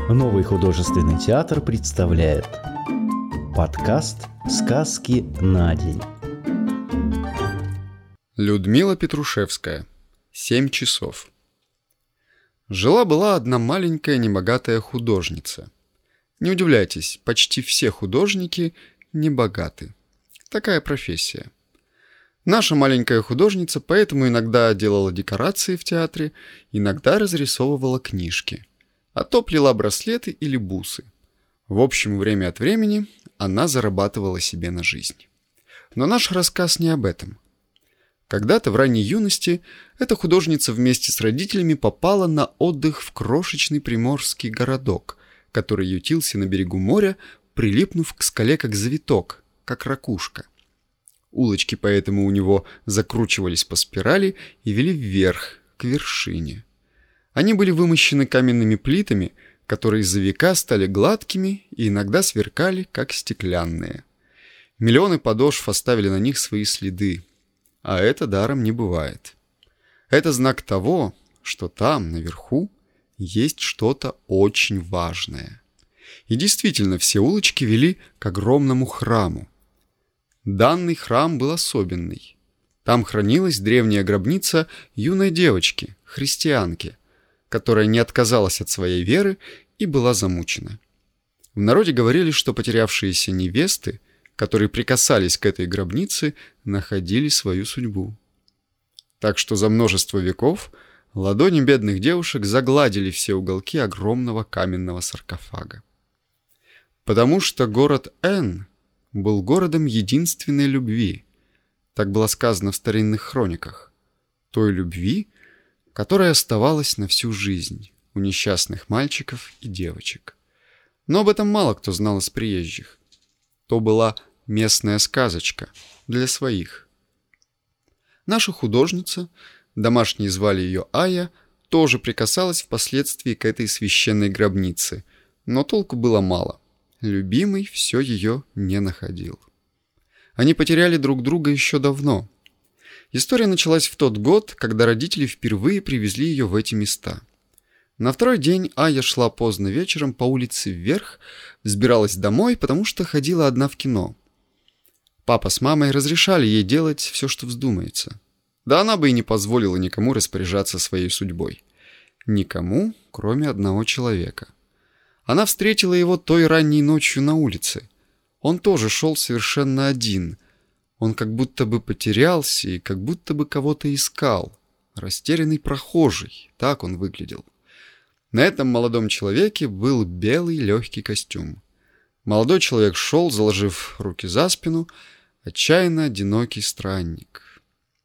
Новый художественный театр представляет подкаст «Сказки на день». Людмила Петрушевская. 7 часов. Жила-была одна маленькая небогатая художница. Не удивляйтесь, почти все художники небогаты. Такая профессия. Наша маленькая художница поэтому иногда делала декорации в театре, иногда разрисовывала книжки, а то плела браслеты или бусы. В общем, время от времени она зарабатывала себе на жизнь. Но наш рассказ не об этом. Когда-то в ранней юности эта художница вместе с родителями попала на отдых в крошечный приморский городок, который ютился на берегу моря, прилипнув к скале как завиток, как ракушка. Улочки поэтому у него закручивались по спирали и вели вверх, к вершине. Они были вымощены каменными плитами, которые за века стали гладкими и иногда сверкали, как стеклянные. Миллионы подошв оставили на них свои следы, а это даром не бывает. Это знак того, что там, наверху, есть что-то очень важное. И действительно, все улочки вели к огромному храму. Данный храм был особенный. Там хранилась древняя гробница юной девочки, христианки, которая не отказалась от своей веры и была замучена. В народе говорили, что потерявшиеся невесты, которые прикасались к этой гробнице, находили свою судьбу. Так что за множество веков ладони бедных девушек загладили все уголки огромного каменного саркофага. Потому что город Н был городом единственной любви, так было сказано в старинных хрониках, той любви, которая оставалась на всю жизнь у несчастных мальчиков и девочек. Но об этом мало кто знал из приезжих. То была местная сказочка для своих. Наша художница, домашние звали ее Ая, тоже прикасалась впоследствии к этой священной гробнице, но толку было мало. Любимый все ее не находил. Они потеряли друг друга еще давно. История началась в тот год, когда родители впервые привезли ее в эти места. На второй день Ая шла поздно вечером по улице вверх, взбиралась домой, потому что ходила одна в кино. Папа с мамой разрешали ей делать все, что вздумается. Да она бы и не позволила никому распоряжаться своей судьбой. Никому, кроме одного человека. Она встретила его той ранней ночью на улице. Он тоже шел совершенно один. Он как будто бы потерялся и как будто бы кого-то искал. Растерянный прохожий, так он выглядел. На этом молодом человеке был белый легкий костюм. Молодой человек шел, заложив руки за спину, отчаянно одинокий странник.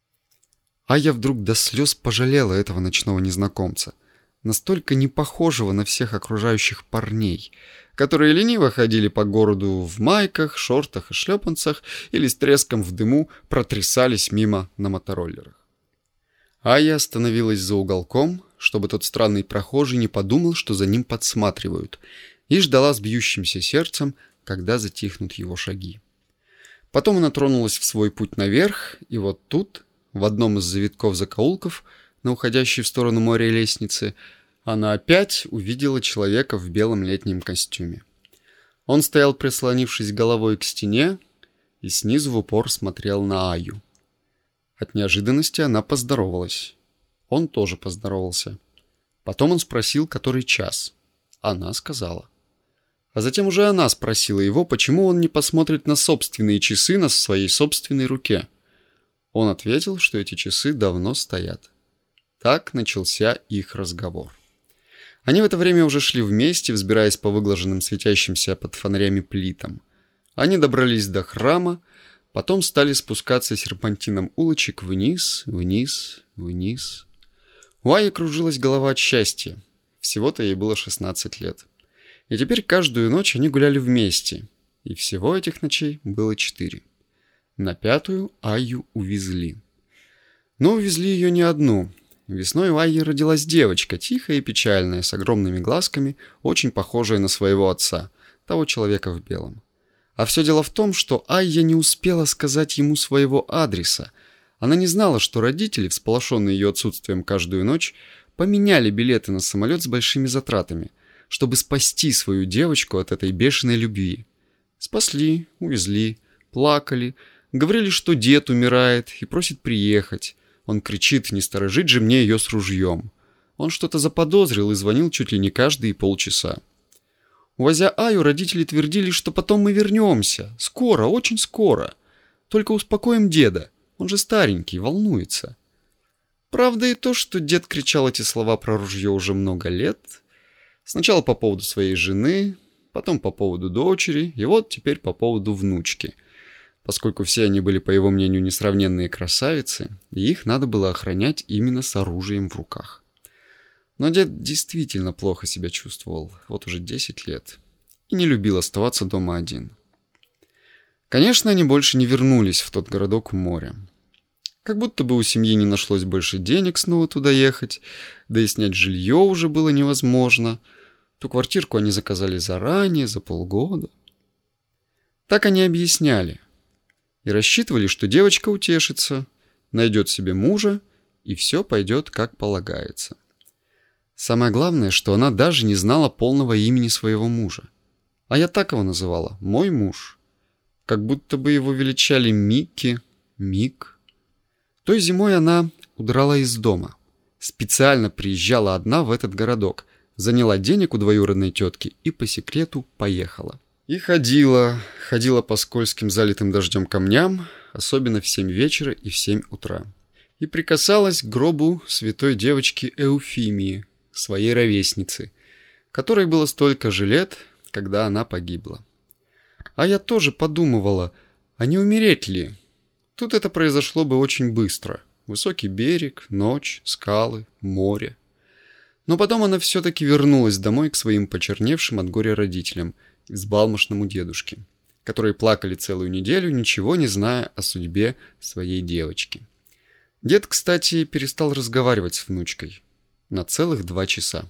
А я вдруг до слез пожалела этого ночного незнакомца, настолько не похожего на всех окружающих парней, которые лениво ходили по городу в майках, шортах и шлепанцах или с треском в дыму протрясались мимо на мотороллерах. Ая остановилась за уголком, чтобы тот странный прохожий не подумал, что за ним подсматривают, и ждала с бьющимся сердцем, когда затихнут его шаги. Потом она тронулась в свой путь наверх, и вот тут, в одном из завитков закоулков, на уходящей в сторону моря лестницы, она опять увидела человека в белом летнем костюме. Он стоял, прислонившись головой к стене, и снизу в упор смотрел на Аю. От неожиданности она поздоровалась. Он тоже поздоровался. Потом он спросил, который час. Она сказала. А затем уже она спросила его, почему он не посмотрит на собственные часы на своей собственной руке. Он ответил, что эти часы давно стоят. Так начался их разговор. Они в это время уже шли вместе, взбираясь по выглаженным светящимся под фонарями плитам. Они добрались до храма, потом стали спускаться серпантином улочек вниз, вниз, вниз. У Аи кружилась голова от счастья. Всего-то ей было 16 лет. И теперь каждую ночь они гуляли вместе. И всего этих ночей было 4. На 5-ю Аю увезли. Но увезли ее не одну. Весной у Айи родилась девочка, тихая и печальная, с огромными глазками, очень похожая на своего отца, того человека в белом. А все дело в том, что Айя не успела сказать ему своего адреса. Она не знала, что родители, всполошенные ее отсутствием каждую ночь, поменяли билеты на самолет с большими затратами, чтобы спасти свою девочку от этой бешеной любви. Спасли, увезли, плакали, говорили, что дед умирает и просит приехать. Он кричит, не сторожить же мне ее с ружьем. Он что-то заподозрил и звонил чуть ли не каждые полчаса. Увозя Аю, родители твердили, что потом мы вернемся. Скоро, очень скоро. Только успокоим деда. Он же старенький, волнуется. Правда и то, что дед кричал эти слова про ружье уже много лет. Сначала по поводу своей жены, потом по поводу дочери, и вот теперь по поводу внучки. Поскольку все они были, по его мнению, несравненные красавицы, и их надо было охранять именно с оружием в руках. Но дед действительно плохо себя чувствовал, вот уже 10 лет, и не любил оставаться дома один. Конечно, они больше не вернулись в тот городок у моря. Как будто бы у семьи не нашлось больше денег снова туда ехать, да и снять жилье уже было невозможно. Ту квартирку они заказали заранее, за полгода. Так они объясняли. И рассчитывали, что девочка утешится, найдет себе мужа, и все пойдет как полагается. Самое главное, что она даже не знала полного имени своего мужа. А я так его называла, мой муж. Как будто бы его величали Микки, Мик. Той зимой она удрала из дома. Специально приезжала одна в этот городок, заняла денег у двоюродной тетки и по секрету поехала. И ходила по скользким залитым дождем камням, особенно в 7 вечера и в 7 утра. И прикасалась к гробу святой девочки Эуфимии, своей ровесницы, которой было столько же лет, когда она погибла. А я тоже подумывала, а не умереть ли? Тут это произошло бы очень быстро. Высокий берег, ночь, скалы, море. Но потом она все-таки вернулась домой к своим почерневшим от горя родителям, взбалмошному дедушке, которые плакали целую неделю, ничего не зная о судьбе своей девочки. Дед, кстати, перестал разговаривать с внучкой на целых 2 часа.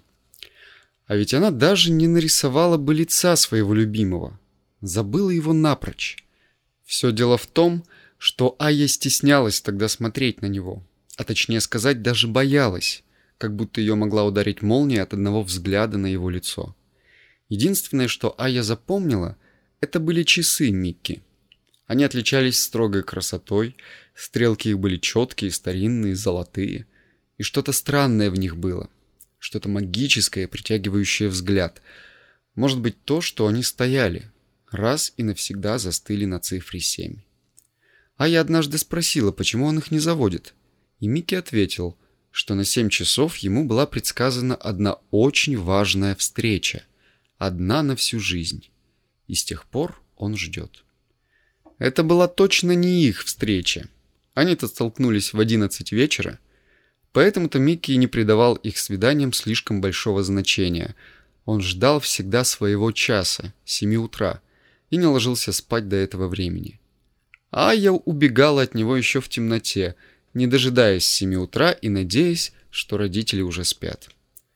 А ведь она даже не нарисовала бы лица своего любимого, забыла его напрочь. Все дело в том, что Ая стеснялась тогда смотреть на него, а точнее сказать, даже боялась, как будто ее могла ударить молния от одного взгляда на его лицо. Единственное, что Ая запомнила, это были часы Микки. Они отличались строгой красотой, стрелки их были четкие, старинные, золотые, и что-то странное в них было, что-то магическое, притягивающее взгляд. Может быть, то, что они стояли, раз и навсегда застыли на цифре 7. Ая однажды спросила, почему он их не заводит, и Микки ответил, что на 7 часов ему была предсказана одна очень важная встреча, одна на всю жизнь, и с тех пор он ждет. Это была точно не их встреча. Они-то столкнулись в 11 вечера, поэтому-то Микки и не придавал их свиданиям слишком большого значения. Он ждал всегда своего часа, 7 утра, и не ложился спать до этого времени. А я убегала от него еще в темноте, не дожидаясь 7 утра и надеясь, что родители уже спят.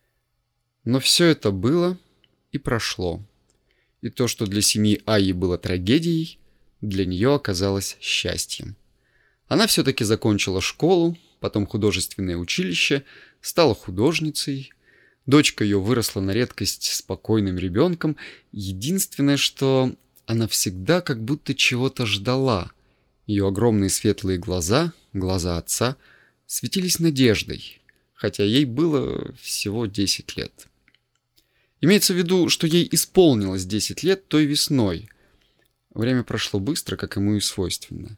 Но все это было и прошло. И то, что для семьи Аи было трагедией, для нее оказалось счастьем. Она все-таки закончила школу, потом художественное училище, стала художницей. Дочка ее выросла на редкость спокойным ребенком. Единственное, что она всегда как будто чего-то ждала. Ее огромные светлые глаза, глаза отца, светились надеждой, хотя ей было всего 10 лет. Имеется в виду, что ей исполнилось 10 лет той весной. Время прошло быстро, как ему и свойственно.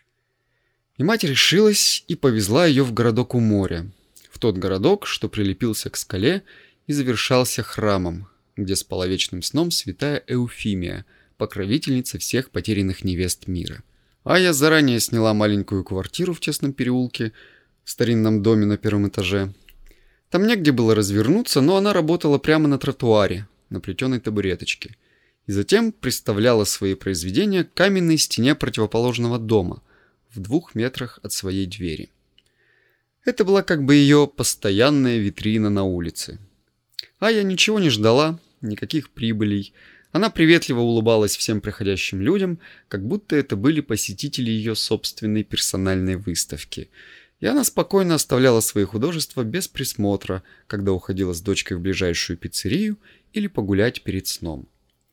И мать решилась и повезла ее в городок у моря, в тот городок, что прилепился к скале и завершался храмом, где спала вечным сном святая Эуфимия, покровительница всех потерянных невест мира. А я заранее сняла маленькую квартиру в тесном переулке, в старинном доме на 1-м этаже. Там негде было развернуться, но она работала прямо на тротуаре, на плетеной табуреточке, и затем представляла свои произведения к каменной стене противоположного дома, в 2 метрах от своей двери. Это была как бы ее постоянная витрина на улице. А я ничего не ждала, никаких прибылей. Она приветливо улыбалась всем приходящим людям, как будто это были посетители ее собственной персональной выставки. И она спокойно оставляла свои художества без присмотра, когда уходила с дочкой в ближайшую пиццерию или погулять перед сном.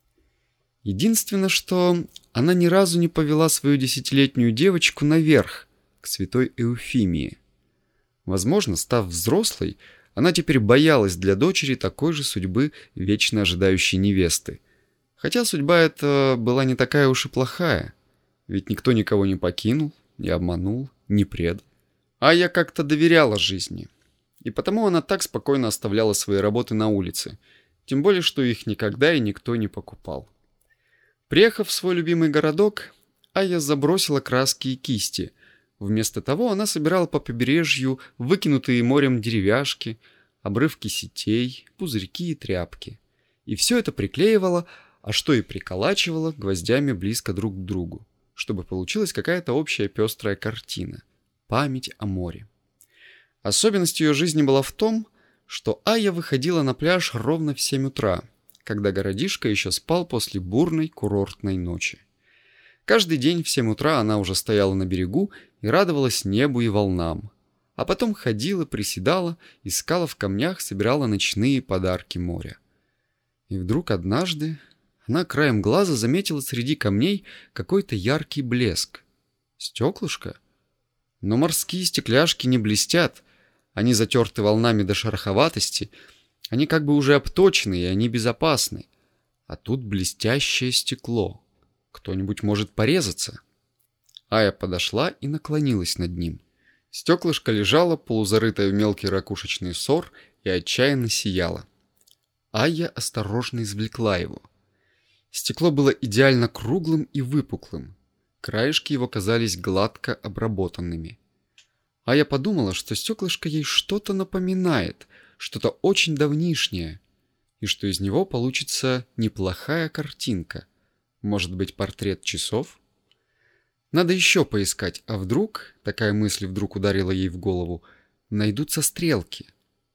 Единственное, что она ни разу не повела свою 10-летнюю девочку наверх, к святой Эуфимии. Возможно, став взрослой, она теперь боялась для дочери такой же судьбы вечно ожидающей невесты. Хотя судьба эта была не такая уж и плохая, ведь никто никого не покинул, не обманул, не предал. Айя как-то доверяла жизни, и потому она так спокойно оставляла свои работы на улице, тем более, что их никогда и никто не покупал. Приехав в свой любимый городок, Айя забросила краски и кисти. Вместо того она собирала по побережью выкинутые морем деревяшки, обрывки сетей, пузырьки и тряпки. И все это приклеивала, а что и приколачивала гвоздями близко друг к другу, чтобы получилась какая-то общая пестрая картина. Память о море. Особенность ее жизни была в том, что Айя выходила на пляж ровно в 7 утра, когда городишко еще спал после бурной курортной ночи. Каждый день в 7 утра она уже стояла на берегу и радовалась небу и волнам, а потом ходила, приседала, искала в камнях, собирала ночные подарки моря. И вдруг однажды она краем глаза заметила среди камней какой-то яркий блеск. Стеклышко? Но морские стекляшки не блестят, они затерты волнами до шероховатости, они как бы уже обточены, и они безопасны. А тут блестящее стекло. Кто-нибудь может порезаться. Айя подошла и наклонилась над ним. Стеклышко лежало, полузарытое в мелкий ракушечный сор, и отчаянно сияло. Айя осторожно извлекла его. Стекло было идеально круглым и выпуклым. Краешки его казались гладко обработанными. Айя подумала, что стеклышко ей что-то напоминает, что-то очень давнишнее, и что из него получится неплохая картинка. Может быть, портрет часов? Надо еще поискать, а вдруг, такая мысль вдруг ударила ей в голову, найдутся стрелки.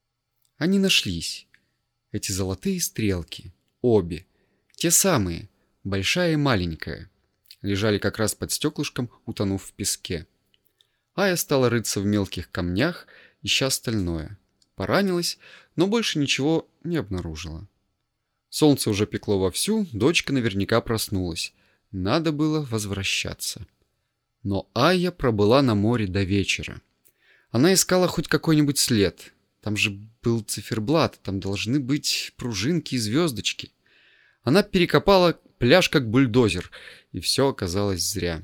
Они нашлись. Эти золотые стрелки, обе, те самые, большая и маленькая, лежали как раз под стеклышком, утонув в песке. Айя стала рыться в мелких камнях, ища остальное. Поранилась, но больше ничего не обнаружила. Солнце уже пекло вовсю, дочка наверняка проснулась. Надо было возвращаться. Но Айя пробыла на море до вечера. Она искала хоть какой-нибудь след. Там же был циферблат, там должны быть пружинки и звездочки. Она перекопала пляж как бульдозер, и все оказалось зря.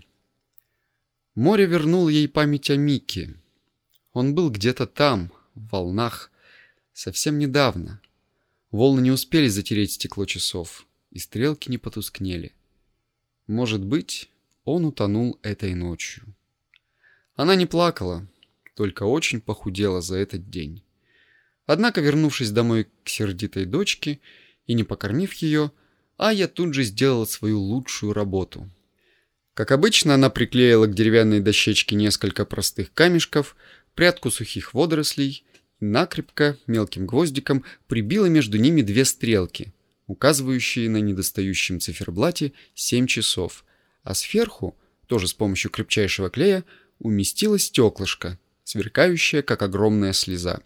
Море вернуло ей память о Микке. Он был где-то там, в волнах, совсем недавно. Волны не успели затереть стекло часов, и стрелки не потускнели. Может быть, он утонул этой ночью. Она не плакала, только очень похудела за этот день. Однако, вернувшись домой к сердитой дочке и не покормив ее, Айя тут же сделала свою лучшую работу. Как обычно, она приклеила к деревянной дощечке несколько простых камешков, прядку сухих водорослей и накрепко мелким гвоздиком прибила между ними 2 стрелки, указывающие на недостающем циферблате 7 часов, а сверху, тоже с помощью крепчайшего клея, уместила стеклышко, сверкающее, как огромная слеза.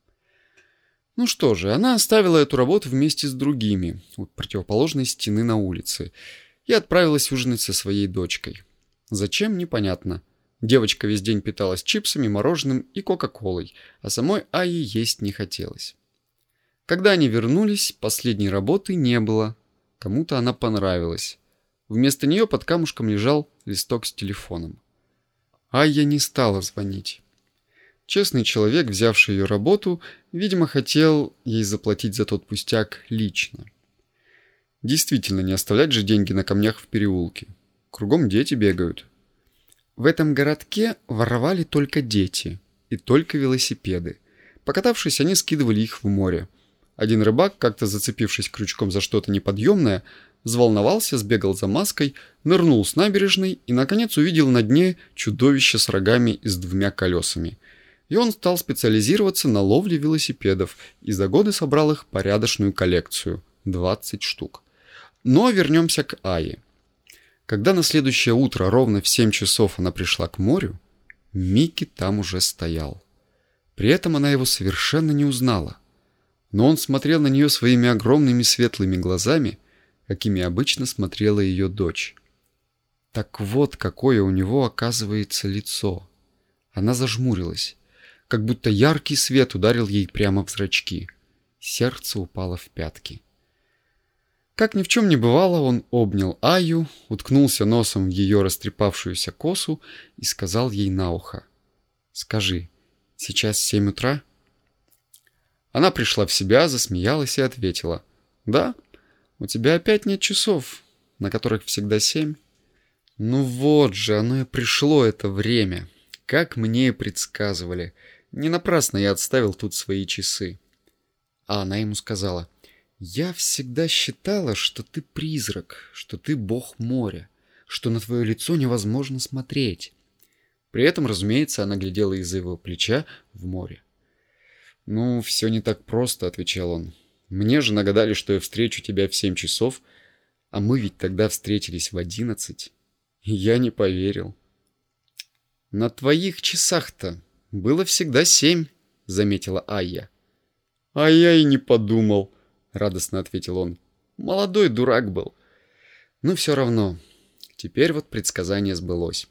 Ну что же, она оставила эту работу вместе с другими у противоположной стены на улице и отправилась ужинать со своей дочкой. Зачем, непонятно. Девочка весь день питалась чипсами, мороженым и кока-колой, а самой Айе есть не хотелось. Когда они вернулись, последней работы не было. Кому-то она понравилась. Вместо нее под камушком лежал листок с телефоном. Айя не стала звонить. Честный человек, взявший ее работу, видимо, хотел ей заплатить за тот пустяк лично. Действительно, не оставлять же деньги на камнях в переулке. Кругом дети бегают. В этом городке воровали только дети и только велосипеды. Покатавшись, они скидывали их в море. Один рыбак, как-то зацепившись крючком за что-то неподъемное, взволновался, сбегал за маской, нырнул с набережной и, наконец, увидел на дне чудовище с рогами и с 2 колесами. И он стал специализироваться на ловле велосипедов и за годы собрал их порядочную коллекцию – 20 штук. Но вернемся к Айе. Когда на следующее утро ровно в 7 часов она пришла к морю, Микки там уже стоял. При этом она его совершенно не узнала. Но он смотрел на нее своими огромными светлыми глазами, какими обычно смотрела ее дочь. Так вот, какое у него оказывается лицо. Она зажмурилась, как будто яркий свет ударил ей прямо в зрачки. Сердце упало в пятки. Как ни в чем не бывало, он обнял Айю, уткнулся носом в ее растрепавшуюся косу и сказал ей на ухо: «Скажи, сейчас 7 утра?» Она пришла в себя, засмеялась и ответила: «Да, у тебя опять нет часов, на которых всегда 7». Ну вот же, оно и пришло, это время. Как мне и предсказывали. Не напрасно я отставил тут свои часы. А она ему сказала: «Я всегда считала, что ты призрак, что ты бог моря, что на твое лицо невозможно смотреть». При этом, разумеется, она глядела из-за его плеча в море. «Ну, все не так просто», — отвечал он. «Мне же нагадали, что я встречу тебя в 7 часов, а мы ведь тогда встретились в 11. И я не поверил». «На твоих часах-то было всегда 7», — заметила Айя. «А я и не подумал», — радостно ответил он. «Молодой дурак был». «Ну, все равно. Теперь вот предсказание сбылось».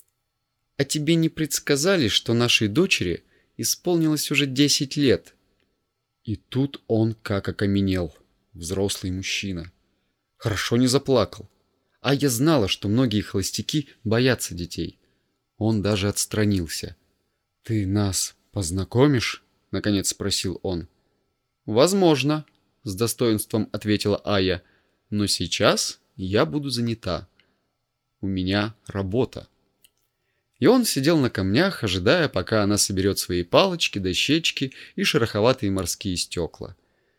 «А тебе не предсказали, что нашей дочери исполнилось уже 10 лет?» И тут он как окаменел, взрослый мужчина. Хорошо не заплакал. А я знала, что многие холостяки боятся детей. Он даже отстранился. «Ты нас познакомишь?» — наконец спросил он. «Возможно», — с достоинством ответила Айя. «Но сейчас я буду занята. У меня работа». И он сидел на камнях, ожидая, пока она соберет свои палочки, дощечки и шероховатые морские стекла.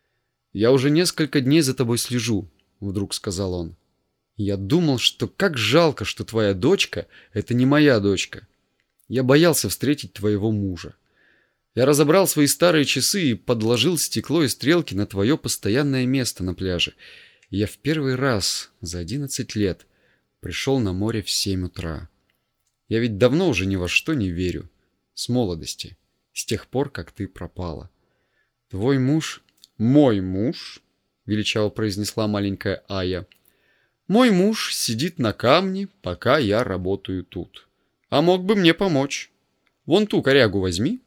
«Я уже несколько дней за тобой слежу», — вдруг сказал он. «Я думал, что как жалко, что твоя дочка — это не моя дочка. Я боялся встретить твоего мужа. Я разобрал свои старые часы и подложил стекло и стрелки на твое постоянное место на пляже. И я в первый раз за 11 лет пришел на море в 7 утра. Я ведь давно уже ни во что не верю. С молодости. С тех пор, как ты пропала. Твой муж...» «Мой муж», — величаво произнесла маленькая Айя. «Мой муж сидит на камне, пока я работаю тут. А мог бы мне помочь. Вон ту корягу возьми».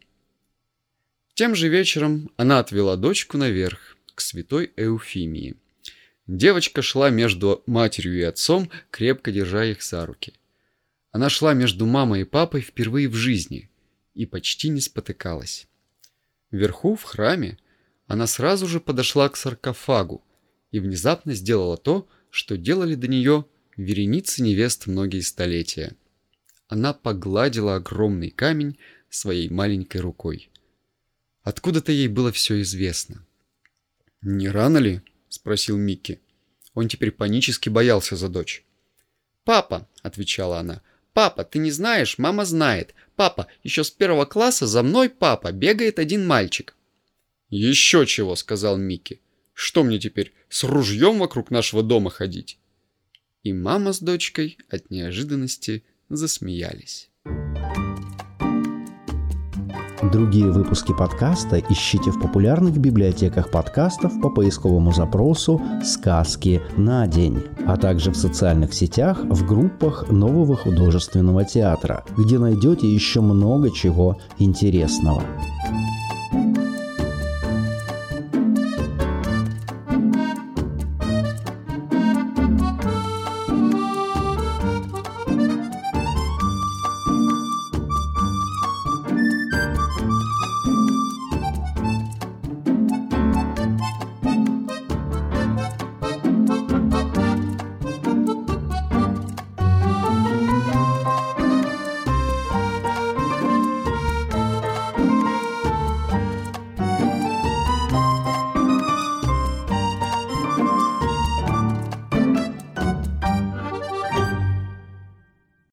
Тем же вечером она отвела дочку наверх, к святой Эуфимии. Девочка шла между матерью и отцом, крепко держа их за руки. Она шла между мамой и папой впервые в жизни и почти не спотыкалась. Вверху, в храме, она сразу же подошла к саркофагу и внезапно сделала то, что делали до нее вереницы невест многие столетия. Она погладила огромный камень своей маленькой рукой. Откуда-то ей было все известно. «Не рано ли?» — спросил Микки. Он теперь панически боялся за дочь. «Папа», — отвечала она, — «папа, ты не знаешь, мама знает. Папа, еще с 1 класса за мной, папа, бегает один мальчик». «Еще чего», — сказал Микки. «Что мне теперь, с ружьем вокруг нашего дома ходить?» И мама с дочкой от неожиданности засмеялись. Другие выпуски подкаста ищите в популярных библиотеках подкастов по поисковому запросу «Сказки на день», а также в социальных сетях в группах Нового художественного театра, где найдете еще много чего интересного.